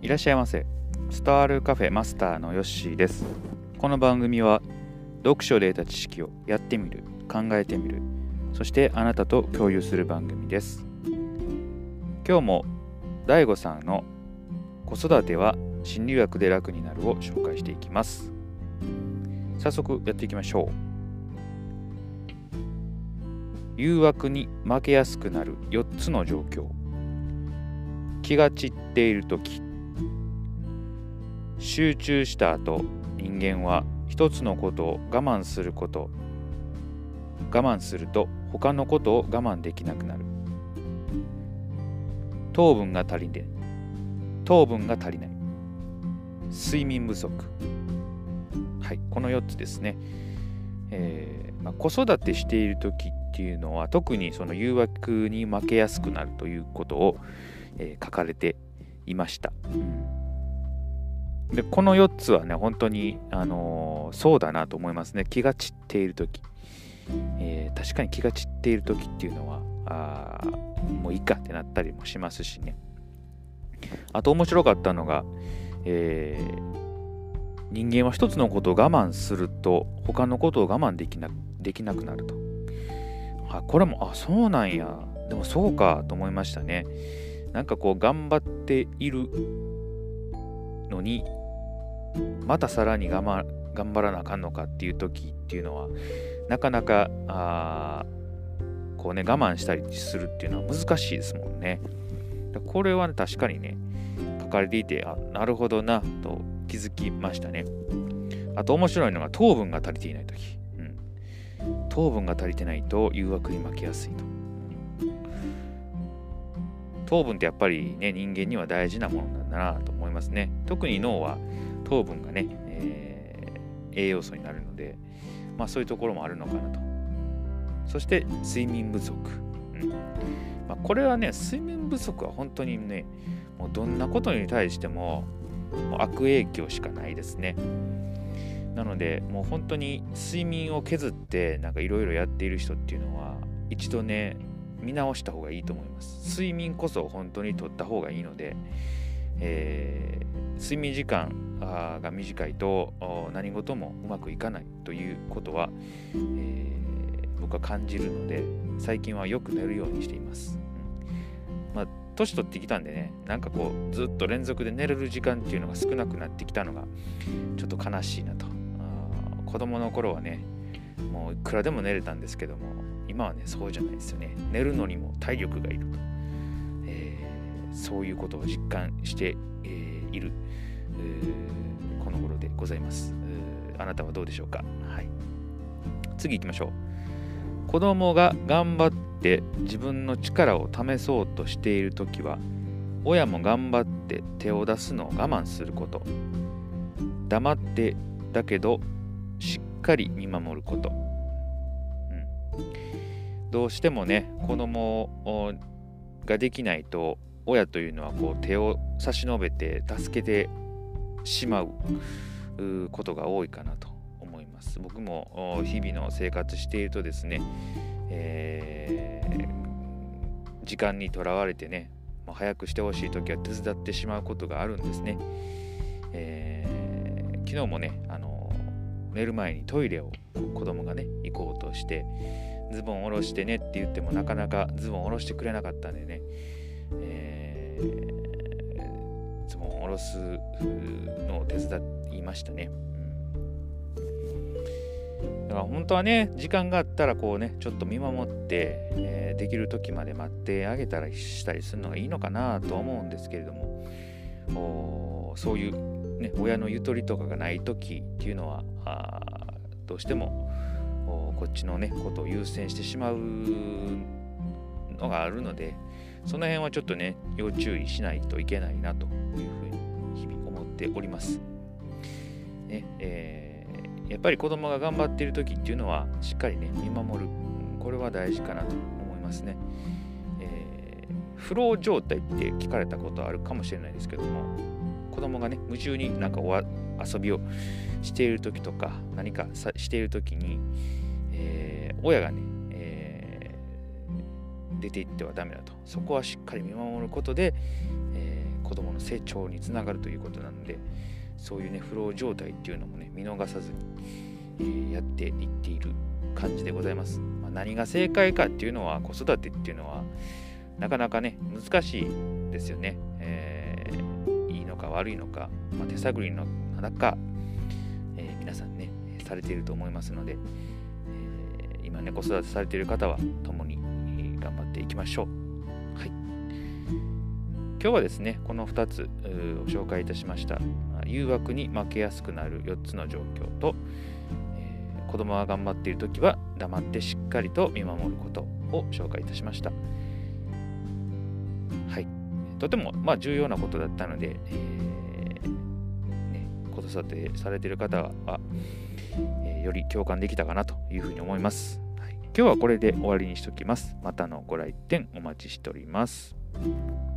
いらっしゃいませ。スタールカフェマスターのヨッシーです。この番組は読書で得た知識をやってみる、考えてみる、そしてあなたと共有する番組です。今日もDAIGOさんの子育ては心理学で楽になるを紹介していきます。早速やっていきましょう。誘惑に負けやすくなる4つの状況。気が散っているとき。集中した後、人間は一つのことを我慢すると他のことを我慢できなくなる。糖分が足りない。睡眠不足。はい、この4つですね。子育てしているときっていうのは特にその誘惑に負けやすくなるということを、書かれていました。でこの4つはね本当に、そうだなと思いますね。気が散っているとき、確かに気が散っているときっていうのはもういいかってなったりもしますしね。あと面白かったのが、人間は一つのことを我慢すると他のことを我慢できなくなると。これもそうなんや、でもそうかと思いましたね。なんかこう頑張っているのにまたさらに頑張らなあかんのかっていう時っていうのはなかなかこうね我慢したりするっていうのは難しいですもんね。これは、ね、確かにね書かれていてなるほどなと気づきましたね。あと面白いのが糖分が足りていない時、糖分が足りてないと誘惑に負けやすいと。糖分ってやっぱりね人間には大事なものなんだなと思いますね。特に脳は糖分がね、栄養素になるので、そういうところもあるのかなと。そして睡眠不足、これはね睡眠不足は本当にねもうどんなことに対しても悪影響しかないですね。なのでもう本当に睡眠を削ってなんかいろいろやっている人っていうのは一度ね見直した方がいいと思います。睡眠こそ本当にとった方がいいので、睡眠時間が短いと何事もうまくいかないということは、僕は感じるので最近はよく寝るようにしています。年取ってきたんでねなんかこうずっと連続で寝れる時間っていうのが少なくなってきたのがちょっと悲しいなと。子供の頃はねもういくらでも寝れたんですけども今はねそうじゃないですよね。寝るのにも体力がいると、そういうことを実感しているこの頃でございます。あなたはどうでしょうか。はい、次行きましょう。子供が頑張って自分の力を試そうとしているときは親も頑張って手を出すのを我慢すること。黙ってだけどしっかり見守ること。どうしてもね子供ができないと親というのはこう手を差し伸べて助けてしまうことが多いかなと思います。僕も日々の生活しているとですね、時間にとらわれてね早くしてほしいときは手伝ってしまうことがあるんですね。昨日もね寝る前にトイレを子供がね行こうとしてズボン下ろしてねって言ってもなかなかズボン下ろしてくれなかったんでね、ズボン下ろすのを手伝いましたね。だから本当はね時間があったらこうねちょっと見守って、できる時まで待ってあげたりしたりするのがいいのかなと思うんですけれども、そういうね親のゆとりとかがない時っていうのはどうしてもこっちのねことを優先してしまうのがあるのでその辺はちょっとね要注意しないといけないなというふうに日々思っております、やっぱり子供が頑張っている時っていうのはしっかりね見守る、これは大事かなと思いますね。フロー状態って聞かれたことあるかもしれないですけども、子供がね夢中になんか遊びをしている時とか何かしている時に、親がね、出ていってはダメだと。そこはしっかり見守ることで、子子供の成長につながるということなので、そういうねフロー状態っていうのもね見逃さずに、やっていっている感じでございます。何が正解かっていうのは、子育てっていうのはなかなかね難しいですよね。いいのか悪いのか、手探りの中、皆さんねされていると思いますので、今ね子育てされている方は共に頑張っていきましょう。はい、今日はですねこの2つを紹介いたしました。誘惑に負けやすくなる4つの状況と、子供が頑張っているときは黙ってしっかりと見守ることを紹介いたしました。はい、とても重要なことだったので、子育てされている方は、より共感できたかなというふうに思います。はい、今日はこれで終わりにしておきます。またのご来店お待ちしております。